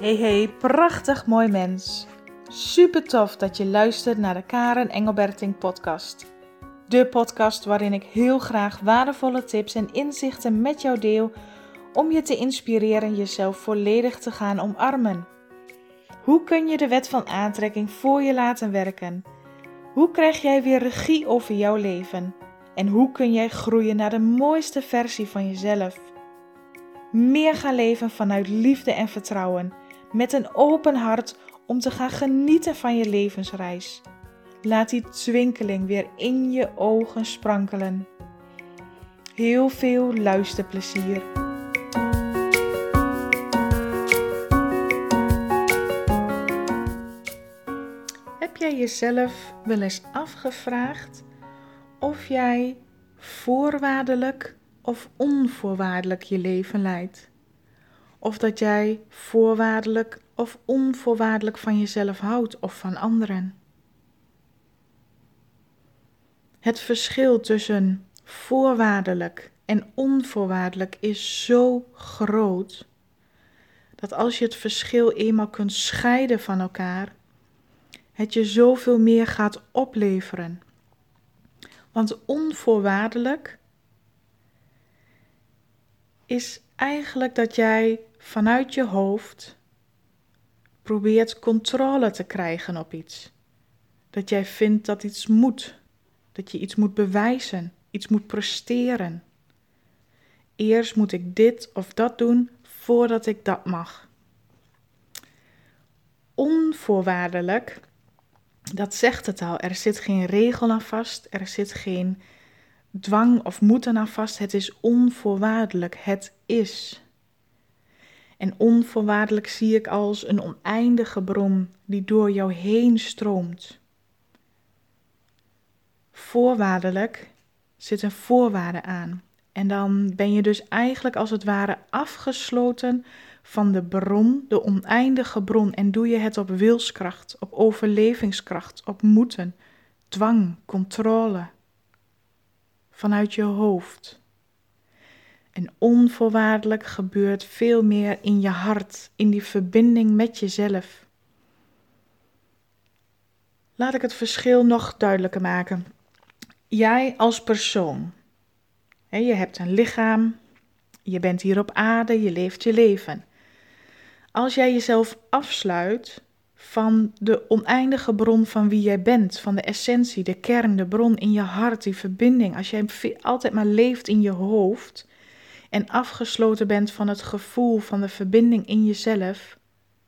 Hey, prachtig mooi mens. Super tof dat je luistert naar de Karen Engelberting podcast. De podcast waarin ik heel graag waardevolle tips en inzichten met jou deel om je te inspireren jezelf volledig te gaan omarmen. Hoe kun je de wet van aantrekking voor je laten werken? Hoe krijg jij weer regie over jouw leven? En hoe kun jij groeien naar de mooiste versie van jezelf? Meer gaan leven vanuit liefde en vertrouwen, met een open hart om te gaan genieten van je levensreis. Laat die twinkeling weer in je ogen sprankelen. Heel veel luisterplezier. Heb jij jezelf wel eens afgevraagd of jij voorwaardelijk of onvoorwaardelijk je leven leidt? Of dat jij voorwaardelijk of onvoorwaardelijk van jezelf houdt of van anderen? Het verschil tussen voorwaardelijk en onvoorwaardelijk is zo groot, dat als je het verschil eenmaal kunt scheiden van elkaar, het je zoveel meer gaat opleveren. Want onvoorwaardelijk is eigenlijk dat jij vanuit je hoofd probeert controle te krijgen op iets. Dat jij vindt dat iets moet. Dat je iets moet bewijzen, iets moet presteren. Eerst moet ik dit of dat doen voordat ik dat mag. Onvoorwaardelijk, dat zegt het al. Er zit geen regel aan vast, er zit geen dwang of moeten aan vast. Het is onvoorwaardelijk, het is. En onvoorwaardelijk zie ik als een oneindige bron die door jou heen stroomt. Voorwaardelijk zit een voorwaarde aan. En dan ben je dus eigenlijk als het ware afgesloten van de bron, de oneindige bron. En doe je het op wilskracht, op overlevingskracht, op moeten, dwang, controle. Vanuit je hoofd. En onvoorwaardelijk gebeurt veel meer in je hart, in die verbinding met jezelf. Laat ik het verschil nog duidelijker maken. Jij als persoon, je hebt een lichaam, je bent hier op aarde, je leeft je leven. Als jij jezelf afsluit van de oneindige bron van wie jij bent, van de essentie, de kern, de bron in je hart, die verbinding. Als jij altijd maar leeft in je hoofd en afgesloten bent van het gevoel van de verbinding in jezelf,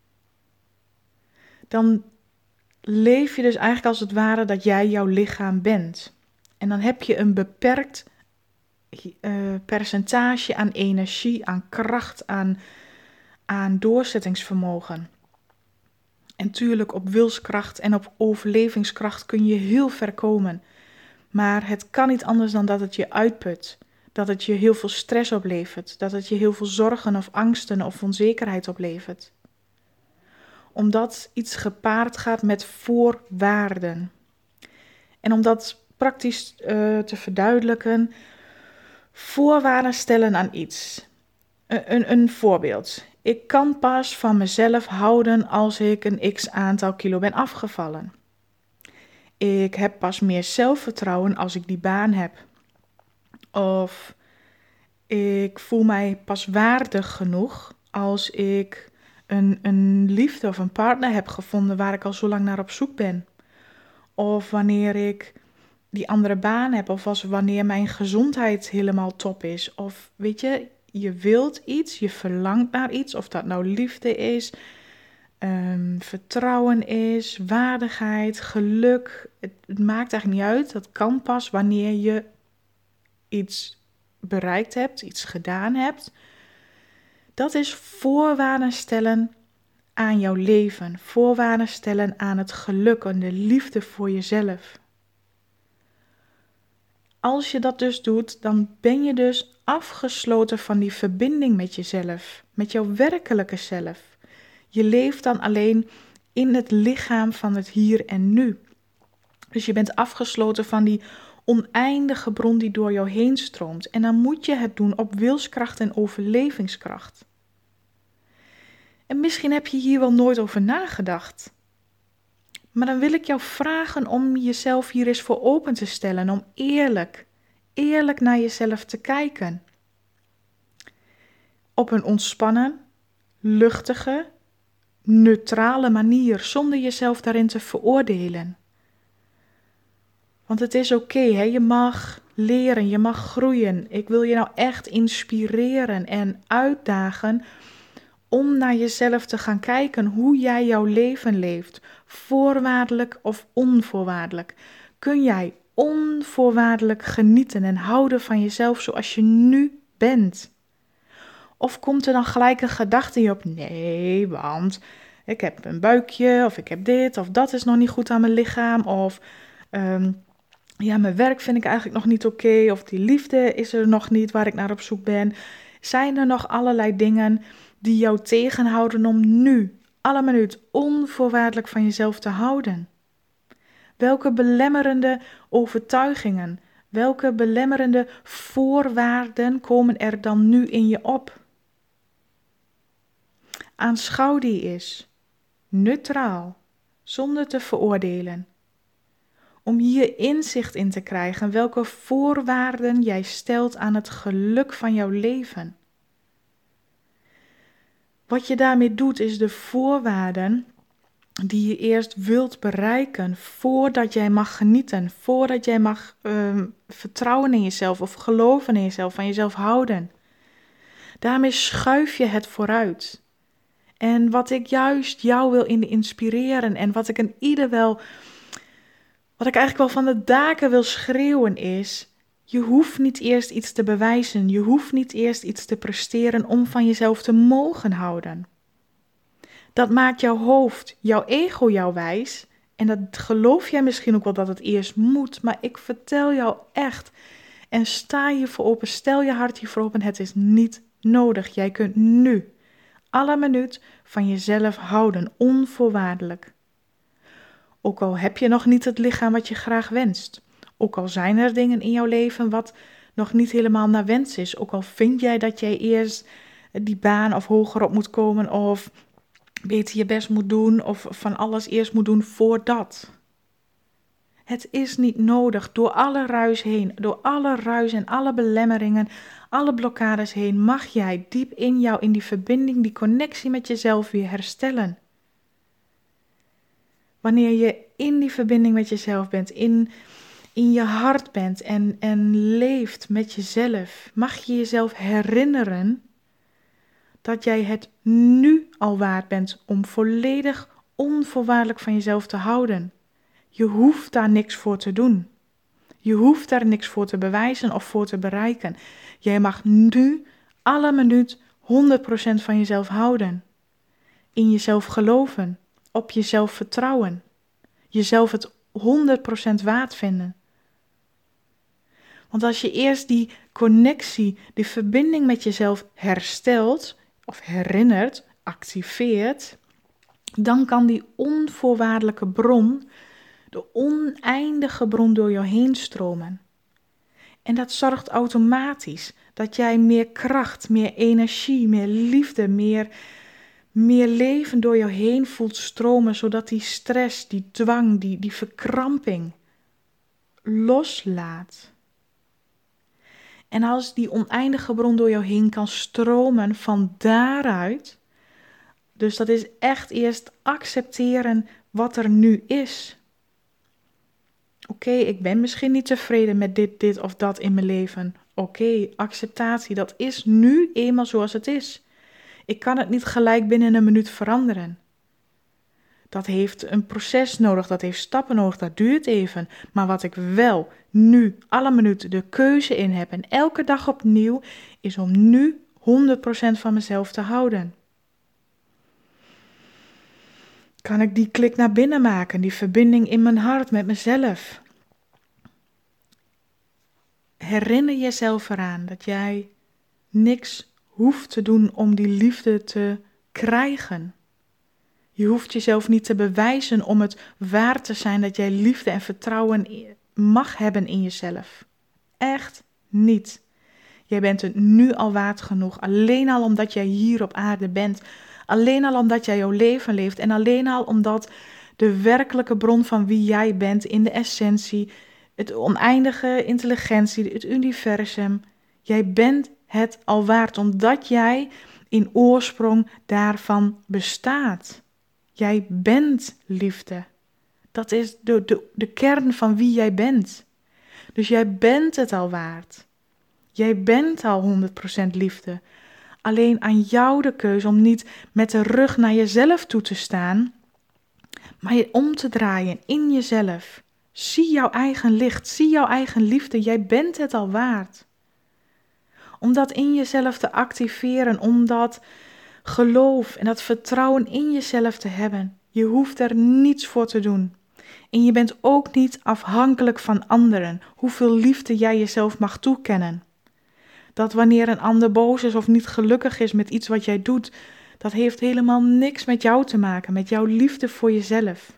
dan leef je dus eigenlijk als het ware dat jij jouw lichaam bent. En dan heb je een beperkt percentage aan energie, aan kracht, aan doorzettingsvermogen. En tuurlijk op wilskracht en op overlevingskracht kun je heel ver komen. Maar het kan niet anders dan dat het je uitput. Dat het je heel veel stress oplevert. Dat het je heel veel zorgen of angsten of onzekerheid oplevert. Omdat iets gepaard gaat met voorwaarden. En om dat praktisch te verduidelijken, voorwaarden stellen aan iets. Een voorbeeld. Ik kan pas van mezelf houden als ik een x aantal kilo ben afgevallen. Ik heb pas meer zelfvertrouwen als ik die baan heb. Of ik voel mij pas waardig genoeg als ik een liefde of een partner heb gevonden waar ik al zo lang naar op zoek ben. Of wanneer ik die andere baan heb, of wanneer mijn gezondheid helemaal top is. Of weet je, je wilt iets, je verlangt naar iets, of dat nou liefde is, vertrouwen is, waardigheid, geluk. Het maakt eigenlijk niet uit, dat kan pas wanneer je iets bereikt hebt, iets gedaan hebt. Dat is voorwaarden stellen aan jouw leven, voorwaarden stellen aan het geluk en de liefde voor jezelf. Als je dat dus doet, dan ben je dus afgesloten van die verbinding met jezelf, met jouw werkelijke zelf. Je leeft dan alleen in het lichaam van het hier en nu. Dus je bent afgesloten van die oneindige bron die door jou heen stroomt. En dan moet je het doen op wilskracht en overlevingskracht. En misschien heb je hier wel nooit over nagedacht. Maar dan wil ik jou vragen om jezelf hier eens voor open te stellen. Om eerlijk naar jezelf te kijken. Op een ontspannen, luchtige, neutrale manier, zonder jezelf daarin te veroordelen. Want het is oké, je mag leren, je mag groeien. Ik wil je nou echt inspireren en uitdagen om naar jezelf te gaan kijken hoe jij jouw leven leeft. Voorwaardelijk of onvoorwaardelijk. Kun jij onvoorwaardelijk genieten en houden van jezelf zoals je nu bent? Of komt er dan gelijk een gedachte in je op? Nee, want ik heb een buikje, of ik heb dit, of dat is nog niet goed aan mijn lichaam, of mijn werk vind ik eigenlijk nog niet oké, of die liefde is er nog niet waar ik naar op zoek ben. Zijn er nog allerlei dingen die jou tegenhouden om nu, alle minuut, onvoorwaardelijk van jezelf te houden? Welke belemmerende overtuigingen, welke belemmerende voorwaarden komen er dan nu in je op? Aanschouw die eens, neutraal, zonder te veroordelen. Om hier inzicht in te krijgen welke voorwaarden jij stelt aan het geluk van jouw leven. Wat je daarmee doet is de voorwaarden die je eerst wilt bereiken voordat jij mag genieten, voordat jij mag vertrouwen in jezelf of geloven in jezelf, van jezelf houden. Daarmee schuif je het vooruit. En wat ik juist jou wil inspireren en wat ik eigenlijk wel van de daken wil schreeuwen is, je hoeft niet eerst iets te bewijzen, je hoeft niet eerst iets te presteren om van jezelf te mogen houden. Dat maakt jouw hoofd, jouw ego jou wijs en dat geloof jij misschien ook wel dat het eerst moet, maar ik vertel jou echt en sta je voor open, stel je hart hiervoor open, het is niet nodig. Jij kunt nu, alle minuut van jezelf houden, onvoorwaardelijk. Ook al heb je nog niet het lichaam wat je graag wenst. Ook al zijn er dingen in jouw leven wat nog niet helemaal naar wens is. Ook al vind jij dat jij eerst die baan of hoger op moet komen of beter je best moet doen of van alles eerst moet doen voordat. Het is niet nodig. Door alle ruis heen, door alle ruis en alle belemmeringen, alle blokkades heen, mag jij diep in jou, in die verbinding, die connectie met jezelf weer herstellen. Wanneer je in die verbinding met jezelf bent, in je hart bent en leeft met jezelf, mag je jezelf herinneren dat jij het nu al waard bent om volledig onvoorwaardelijk van jezelf te houden. Je hoeft daar niks voor te doen. Je hoeft daar niks voor te bewijzen of voor te bereiken. Jij mag nu, alle minuut, 100% van jezelf houden. In jezelf geloven. Op jezelf vertrouwen. Jezelf het 100% waard vinden. Want als je eerst die connectie, die verbinding met jezelf herstelt, of herinnert, activeert, dan kan die onvoorwaardelijke bron, de oneindige bron door jou heen stromen. En dat zorgt automatisch dat jij meer kracht, meer energie, meer liefde, meer leven door jou heen voelt stromen, zodat die stress, die dwang, die verkramping loslaat. En als die oneindige bron door jou heen kan stromen van daaruit, dus dat is echt eerst accepteren wat er nu is. Oké, ik ben misschien niet tevreden met dit of dat in mijn leven. Oké, acceptatie, dat is nu eenmaal zoals het is. Ik kan het niet gelijk binnen een minuut veranderen. Dat heeft een proces nodig, dat heeft stappen nodig, dat duurt even. Maar wat ik wel nu, alle minuten, de keuze in heb en elke dag opnieuw, is om nu 100% van mezelf te houden. Kan ik die klik naar binnen maken, die verbinding in mijn hart met mezelf? Herinner jezelf eraan dat jij niks hoeft te doen om die liefde te krijgen. Je hoeft jezelf niet te bewijzen om het waard te zijn dat jij liefde en vertrouwen mag hebben in jezelf. Echt niet. Jij bent het nu al waard genoeg. Alleen al omdat jij hier op aarde bent. Alleen al omdat jij jouw leven leeft en alleen al omdat de werkelijke bron van wie jij bent in de essentie, het oneindige intelligentie, het universum, jij bent het al waard omdat jij in oorsprong daarvan bestaat. Jij bent liefde. Dat is de kern van wie jij bent. Dus jij bent het al waard. Jij bent al 100% liefde. Alleen aan jou de keuze om niet met de rug naar jezelf toe te staan, maar je om te draaien in jezelf. Zie jouw eigen licht, zie jouw eigen liefde. Jij bent het al waard. Om dat in jezelf te activeren, om dat geloof en dat vertrouwen in jezelf te hebben. Je hoeft er niets voor te doen. En je bent ook niet afhankelijk van anderen, hoeveel liefde jij jezelf mag toekennen. Dat wanneer een ander boos is of niet gelukkig is met iets wat jij doet, dat heeft helemaal niks met jou te maken, met jouw liefde voor jezelf.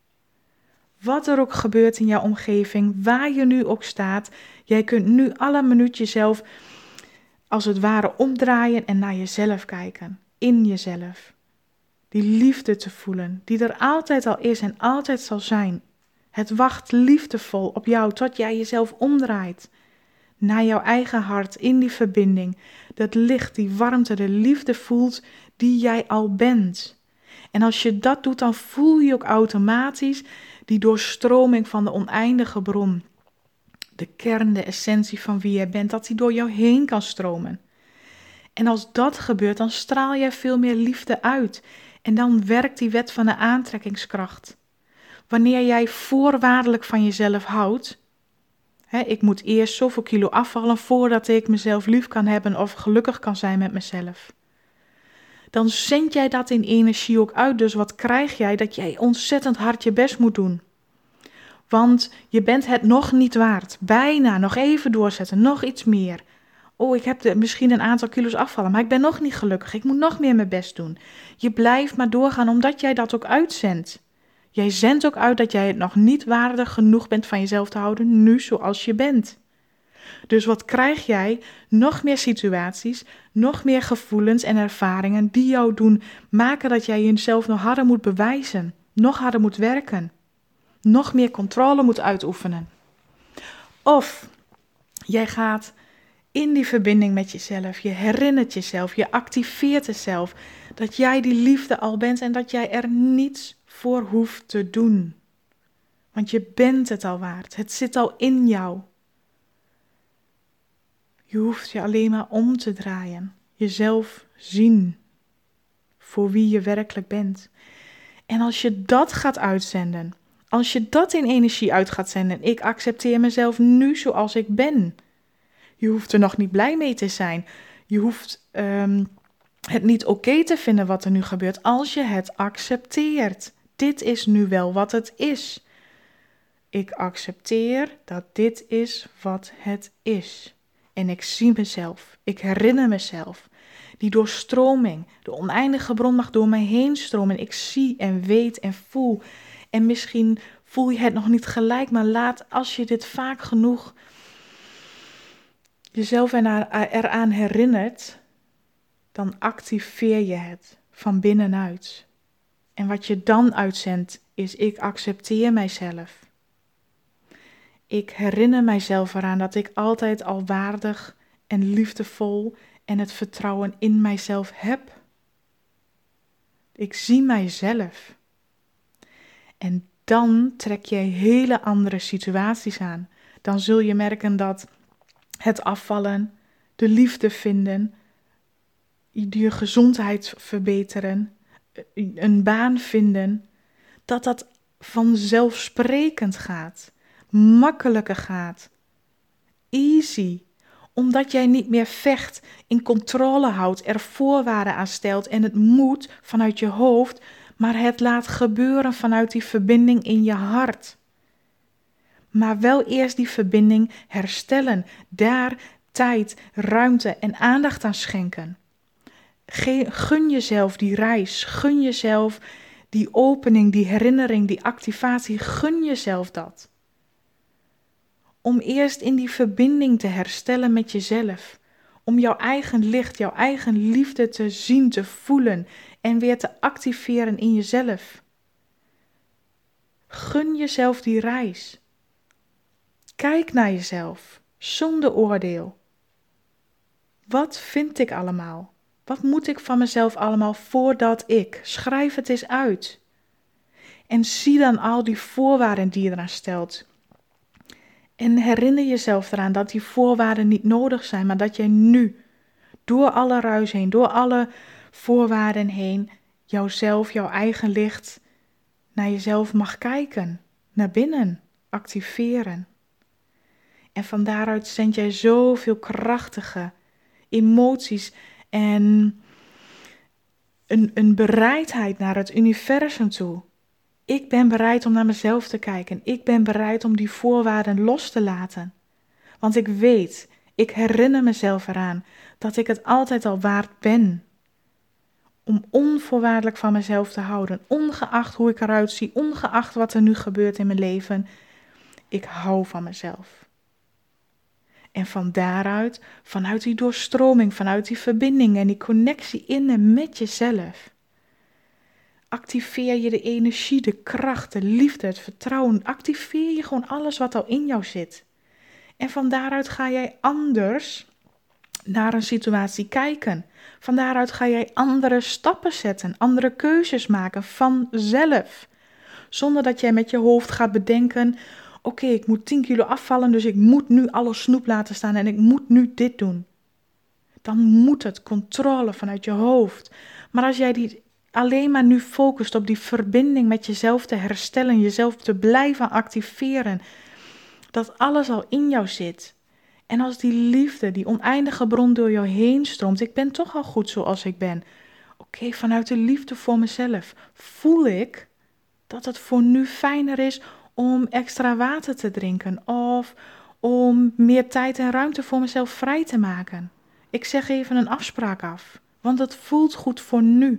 Wat er ook gebeurt in jouw omgeving, waar je nu ook staat, jij kunt nu alle minuut jezelf als het ware omdraaien en naar jezelf kijken, in jezelf. Die liefde te voelen, die er altijd al is en altijd zal zijn. Het wacht liefdevol op jou tot jij jezelf omdraait. Naar jouw eigen hart, in die verbinding. Dat licht, die warmte, de liefde voelt die jij al bent. En als je dat doet, dan voel je ook automatisch die doorstroming van de oneindige bron. De kern, de essentie van wie jij bent, dat die door jou heen kan stromen. En als dat gebeurt, dan straal jij veel meer liefde uit. En dan werkt die wet van de aantrekkingskracht. Wanneer jij voorwaardelijk van jezelf houdt, ik moet eerst zoveel kilo afvallen voordat ik mezelf lief kan hebben of gelukkig kan zijn met mezelf. Dan zend jij dat in energie ook uit. Dus wat krijg jij? Dat jij ontzettend hard je best moet doen. Want je bent het nog niet waard. Bijna, nog even doorzetten, nog iets meer. Oh, ik heb misschien een aantal kilo's afvallen, maar ik ben nog niet gelukkig. Ik moet nog meer mijn best doen. Je blijft maar doorgaan omdat jij dat ook uitzendt. Jij zendt ook uit dat jij het nog niet waardig genoeg bent van jezelf te houden, nu zoals je bent. Dus wat krijg jij? Nog meer situaties, nog meer gevoelens en ervaringen die jou doen maken dat jij jezelf nog harder moet bewijzen, nog harder moet werken, nog meer controle moet uitoefenen. Of jij gaat in die verbinding met jezelf, je herinnert jezelf, je activeert jezelf dat jij die liefde al bent en dat jij er niets voor hoeft te doen. Want je bent het al waard, het zit al in jou. Je hoeft je alleen maar om te draaien, jezelf zien voor wie je werkelijk bent. En als je dat gaat uitzenden, als je dat in energie uit gaat zenden, ik accepteer mezelf nu zoals ik ben. Je hoeft er nog niet blij mee te zijn. Je hoeft het niet oké te vinden wat er nu gebeurt als je het accepteert. Dit is nu wel wat het is. Ik accepteer dat dit is wat het is. En ik zie mezelf, ik herinner mezelf. Die doorstroming, de oneindige bron mag door mij heen stromen. Ik zie en weet en voel. En misschien voel je het nog niet gelijk, maar laat als je dit vaak genoeg jezelf eraan herinnert, dan activeer je het van binnenuit. En wat je dan uitzendt is: ik accepteer mijzelf. Ik herinner mijzelf eraan dat ik altijd al waardig en liefdevol en het vertrouwen in mijzelf heb. Ik zie mijzelf. En dan trek je hele andere situaties aan. Dan zul je merken dat het afvallen, de liefde vinden, je gezondheid verbeteren, een baan vinden, dat vanzelfsprekend gaat, makkelijker gaat, easy, omdat jij niet meer vecht, in controle houdt, er voorwaarden aan stelt en het moet vanuit je hoofd, maar het laat gebeuren vanuit die verbinding in je hart. Maar wel eerst die verbinding herstellen, daar tijd, ruimte en aandacht aan schenken. Gun jezelf die reis, gun jezelf die opening, die herinnering, die activatie, gun jezelf dat. Om eerst in die verbinding te herstellen met jezelf. Om jouw eigen licht, jouw eigen liefde te zien, te voelen en weer te activeren in jezelf. Gun jezelf die reis. Kijk naar jezelf, zonder oordeel. Wat vind ik allemaal? Wat moet ik van mezelf allemaal voordat ik? Schrijf het eens uit. En zie dan al die voorwaarden die je eraan stelt. En herinner jezelf eraan dat die voorwaarden niet nodig zijn, maar dat jij nu, door alle ruis heen, door alle voorwaarden heen, jouzelf, jouw eigen licht, naar jezelf mag kijken. Naar binnen, activeren. En van daaruit zend jij zoveel krachtige emoties en een bereidheid naar het universum toe. Ik ben bereid om naar mezelf te kijken. Ik ben bereid om die voorwaarden los te laten. Want ik weet, ik herinner mezelf eraan dat ik het altijd al waard ben. Om onvoorwaardelijk van mezelf te houden. Ongeacht hoe ik eruit zie, ongeacht wat er nu gebeurt in mijn leven. Ik hou van mezelf. En van daaruit, vanuit die doorstroming, vanuit die verbinding en die connectie in en met jezelf, activeer je de energie, de kracht, de liefde, het vertrouwen. Activeer je gewoon alles wat al in jou zit. En van daaruit ga jij anders naar een situatie kijken. Van daaruit ga jij andere stappen zetten, andere keuzes maken vanzelf. Zonder dat jij met je hoofd gaat bedenken, oké, ik moet 10 kilo afvallen, dus ik moet nu alle snoep laten staan en ik moet nu dit doen. Dan moet het controle vanuit je hoofd. Maar als jij die alleen maar nu focust op die verbinding met jezelf te herstellen, jezelf te blijven activeren, dat alles al in jou zit. En als die liefde, die oneindige bron door jou heen stroomt, ik ben toch al goed zoals ik ben. Oké, vanuit de liefde voor mezelf voel ik dat het voor nu fijner is om extra water te drinken of om meer tijd en ruimte voor mezelf vrij te maken. Ik zeg even een afspraak af, want het voelt goed voor nu.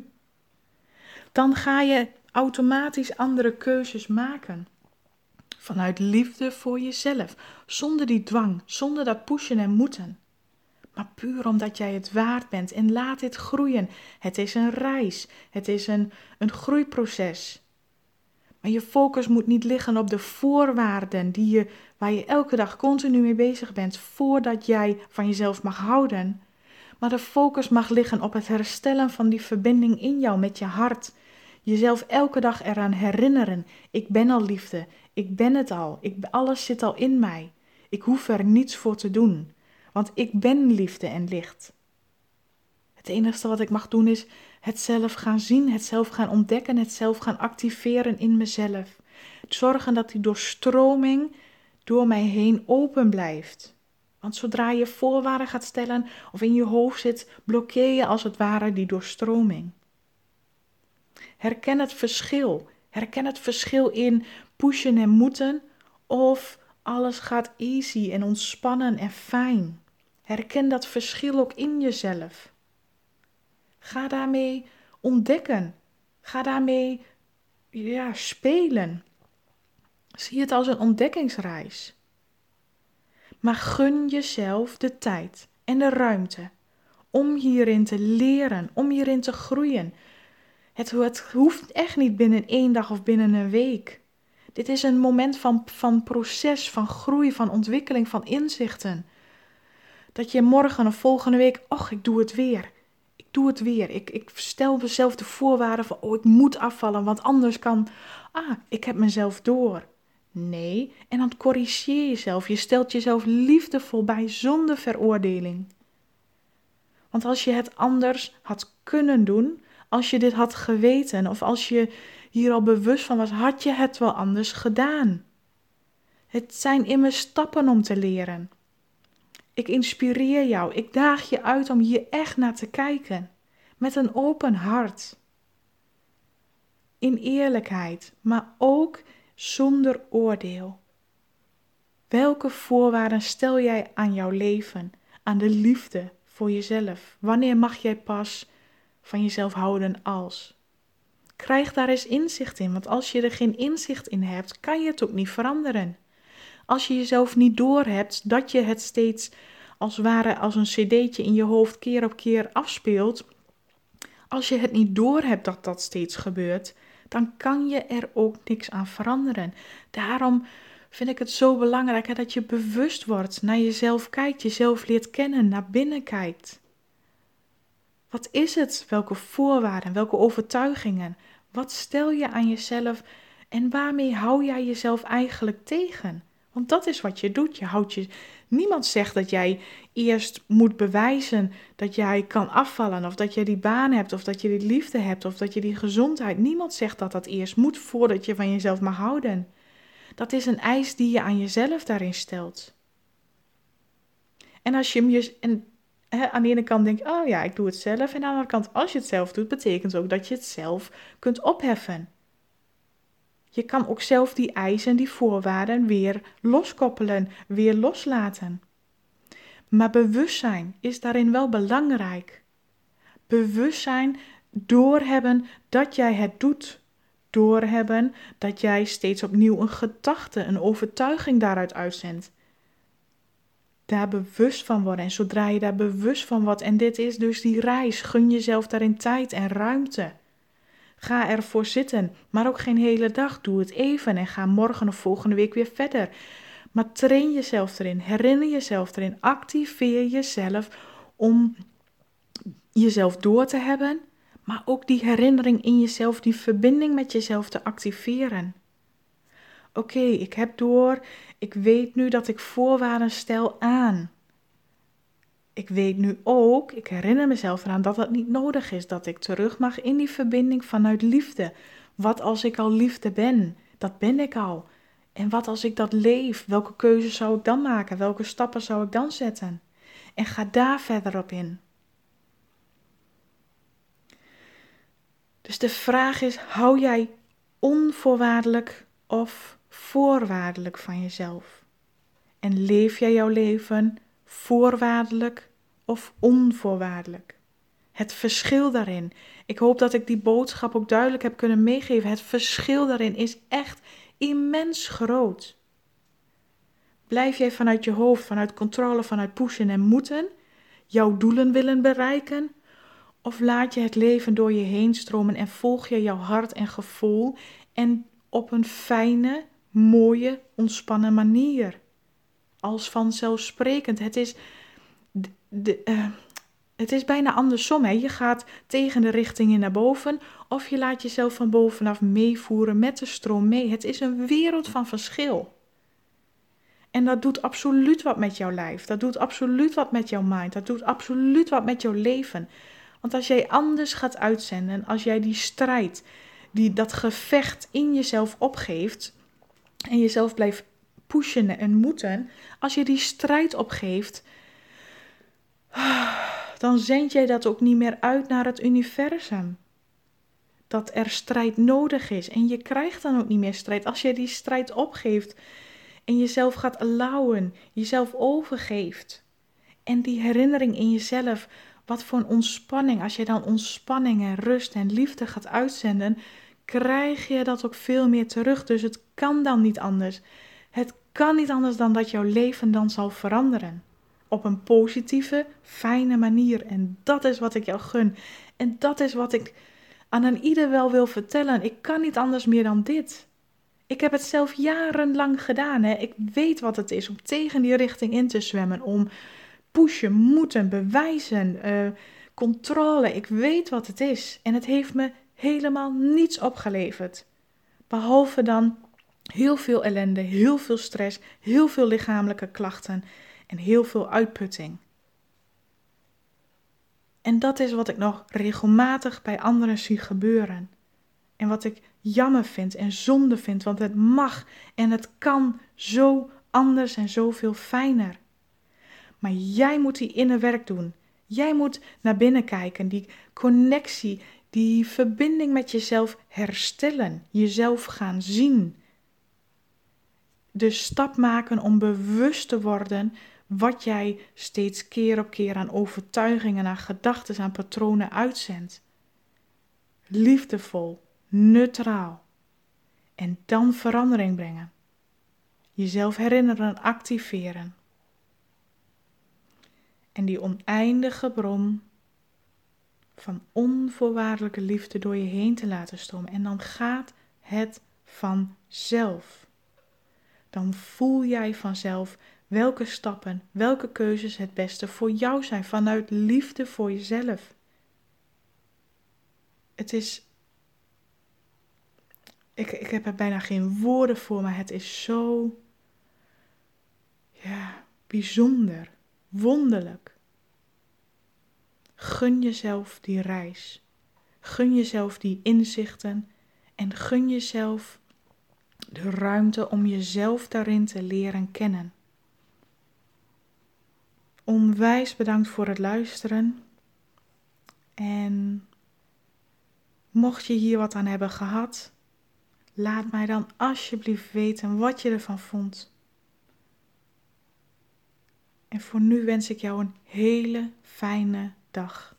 Dan ga je automatisch andere keuzes maken. Vanuit liefde voor jezelf, zonder die dwang, zonder dat pushen en moeten. Maar puur omdat jij het waard bent en laat dit groeien. Het is een reis, het is een groeiproces. Maar je focus moet niet liggen op de voorwaarden waar je elke dag continu mee bezig bent voordat jij van jezelf mag houden. Maar de focus mag liggen op het herstellen van die verbinding in jou met je hart. Jezelf elke dag eraan herinneren. Ik ben al liefde. Ik ben het al. Alles zit al in mij. Ik hoef er niets voor te doen. Want ik ben liefde en licht. Het enige wat ik mag doen is het zelf gaan zien, het zelf gaan ontdekken, het zelf gaan activeren in mezelf. Zorgen dat die doorstroming door mij heen open blijft. Want zodra je voorwaarden gaat stellen of in je hoofd zit, blokkeer je als het ware die doorstroming. Herken het verschil. Herken het verschil in pushen en moeten of alles gaat easy en ontspannen en fijn. Herken dat verschil ook in jezelf. Ga daarmee ontdekken. Ga daarmee spelen. Zie het als een ontdekkingsreis. Maar gun jezelf de tijd en de ruimte om hierin te leren, om hierin te groeien. Het hoeft echt niet binnen 1 dag of binnen een week. Dit is een moment van proces, van groei, van ontwikkeling, van inzichten. Dat je morgen of volgende week, ik doe het weer. Ik stel mezelf de voorwaarden van, ik moet afvallen, want anders kan, ik heb mezelf door. Nee, en dan corrigeer jezelf. Je stelt jezelf liefdevol bij zonder veroordeling. Want als je het anders had kunnen doen, als je dit had geweten of als je hier al bewust van was, had je het wel anders gedaan. Het zijn immers stappen om te leren. Ik inspireer jou, ik daag je uit om hier echt naar te kijken. Met een open hart. In eerlijkheid, maar ook zonder oordeel. Welke voorwaarden stel jij aan jouw leven, aan de liefde voor jezelf? Wanneer mag jij pas van jezelf houden als? Krijg daar eens inzicht in, want als je er geen inzicht in hebt, kan je het ook niet veranderen. Als je jezelf niet doorhebt dat je het steeds als het ware als een cd'tje in je hoofd keer op keer afspeelt. Als je het niet doorhebt dat dat steeds gebeurt, dan kan je er ook niks aan veranderen. Daarom vind ik het zo belangrijk dat je bewust wordt, naar jezelf kijkt, jezelf leert kennen, naar binnen kijkt. Wat is het? Welke voorwaarden, welke overtuigingen? Wat stel je aan jezelf en waarmee hou jij jezelf eigenlijk tegen? Want dat is wat je doet. Niemand zegt dat jij eerst moet bewijzen dat jij kan afvallen, of dat je die baan hebt, of dat je die liefde hebt, of dat je die gezondheid. Niemand zegt dat dat eerst moet voordat je van jezelf mag houden. Dat is een eis die je aan jezelf daarin stelt. En als je aan de ene kant denk je, oh ja, ik doe het zelf. En aan de andere kant, als je het zelf doet, betekent ook dat je het zelf kunt opheffen. Je kan ook zelf die eisen, die voorwaarden weer loskoppelen, weer loslaten. Maar bewustzijn is daarin wel belangrijk. Bewustzijn doorhebben dat jij het doet. Doorhebben dat jij steeds opnieuw een gedachte, een overtuiging daaruit uitzendt. Daar bewust van worden. En zodra je daar bewust van wordt, en dit is dus die reis, gun jezelf daarin tijd en ruimte. Ga ervoor zitten, maar ook geen hele dag. Doe het even en ga morgen of volgende week weer verder. Maar train jezelf erin, herinner jezelf erin, activeer jezelf om jezelf door te hebben, maar ook die herinnering in jezelf, die verbinding met jezelf te activeren. Oké, ik heb door, ik weet nu dat ik voorwaarden stel aan. Ik weet nu ook, ik herinner mezelf eraan dat het niet nodig is, dat ik terug mag in die verbinding vanuit liefde. Wat als ik al liefde ben? Dat ben ik al. En wat als ik dat leef? Welke keuzes zou ik dan maken? Welke stappen zou ik dan zetten? En ga daar verder op in. Dus de vraag is, hou jij onvoorwaardelijk of voorwaardelijk van jezelf? En leef jij jouw leven voorwaardelijk of onvoorwaardelijk? Het verschil daarin. Ik hoop dat ik die boodschap ook duidelijk heb kunnen meegeven. Het verschil daarin is echt immens groot. Blijf jij vanuit je hoofd, vanuit controle, vanuit pushen en moeten, jouw doelen willen bereiken? Of laat je het leven door je heen stromen en volg je jouw hart en gevoel en op een fijne, mooie, ontspannen manier? Als vanzelfsprekend. Het is bijna andersom. Hè? Je gaat tegen de richtingen naar boven of je laat jezelf van bovenaf meevoeren met de stroom mee. Het is een wereld van verschil. En dat doet absoluut wat met jouw lijf. Dat doet absoluut wat met jouw mind. Dat doet absoluut wat met jouw leven. Want als jij anders gaat uitzenden, als jij die strijd, dat gevecht in jezelf opgeeft en jezelf blijft pushen en moeten, als je die strijd opgeeft, dan zend jij dat ook niet meer uit naar het universum. Dat er strijd nodig is en je krijgt dan ook niet meer strijd. Als je die strijd opgeeft en jezelf gaat allowen, jezelf overgeeft en die herinnering in jezelf, wat voor een ontspanning, als je dan ontspanning en rust en liefde gaat uitzenden, krijg je dat ook veel meer terug. Dus het kan dan niet anders. Het kan niet anders dan dat jouw leven dan zal veranderen. Op een positieve, fijne manier. En dat is wat ik jou gun. En dat is wat ik aan een ieder wel wil vertellen. Ik kan niet anders meer dan dit. Ik heb het zelf jarenlang gedaan. Hè. Ik weet wat het is om tegen die richting in te zwemmen. Om pushen, moeten, bewijzen, controle. Ik weet wat het is. En het heeft me helemaal niets opgeleverd. Behalve dan heel veel ellende, heel veel stress, heel veel lichamelijke klachten en heel veel uitputting. En dat is wat ik nog regelmatig bij anderen zie gebeuren. En wat ik jammer vind en zonde vind, want het mag en het kan zo anders en zoveel fijner. Maar jij moet die innerwerk doen. Jij moet naar binnen kijken, die connectie, die verbinding met jezelf herstellen, jezelf gaan zien. De stap maken om bewust te worden wat jij steeds keer op keer aan overtuigingen, aan gedachten, aan patronen uitzendt. Liefdevol, neutraal. En dan verandering brengen. Jezelf herinneren, activeren. En die oneindige bron van onvoorwaardelijke liefde door je heen te laten stromen. En dan gaat het vanzelf. Dan voel jij vanzelf welke stappen, welke keuzes het beste voor jou zijn. Vanuit liefde voor jezelf. Het is... Ik heb er bijna geen woorden voor, maar het is zo... bijzonder. Wonderlijk. Gun jezelf die reis. Gun jezelf die inzichten. En gun jezelf de ruimte om jezelf daarin te leren kennen. Onwijs bedankt voor het luisteren. En mocht je hier wat aan hebben gehad, laat mij dan alsjeblieft weten wat je ervan vond. En voor nu wens ik jou een hele fijne dag.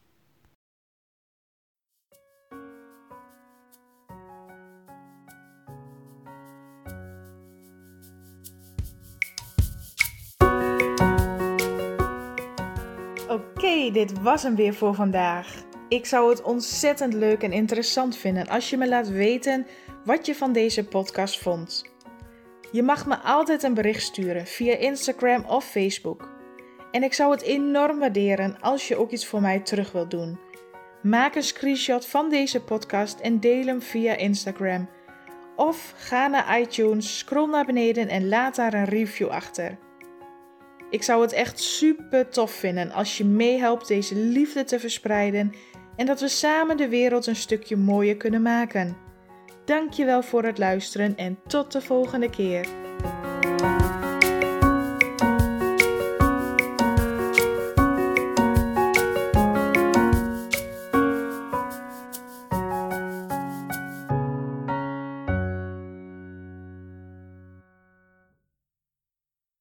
Oké, dit was hem weer voor vandaag. Ik zou het ontzettend leuk en interessant vinden als je me laat weten wat je van deze podcast vond. Je mag me altijd een bericht sturen via Instagram of Facebook. En ik zou het enorm waarderen als je ook iets voor mij terug wilt doen. Maak een screenshot van deze podcast en deel hem via Instagram. Of ga naar iTunes, scroll naar beneden en laat daar een review achter. Ik zou het echt super tof vinden als je meehelpt deze liefde te verspreiden en dat we samen de wereld een stukje mooier kunnen maken. Dankjewel voor het luisteren en tot de volgende keer.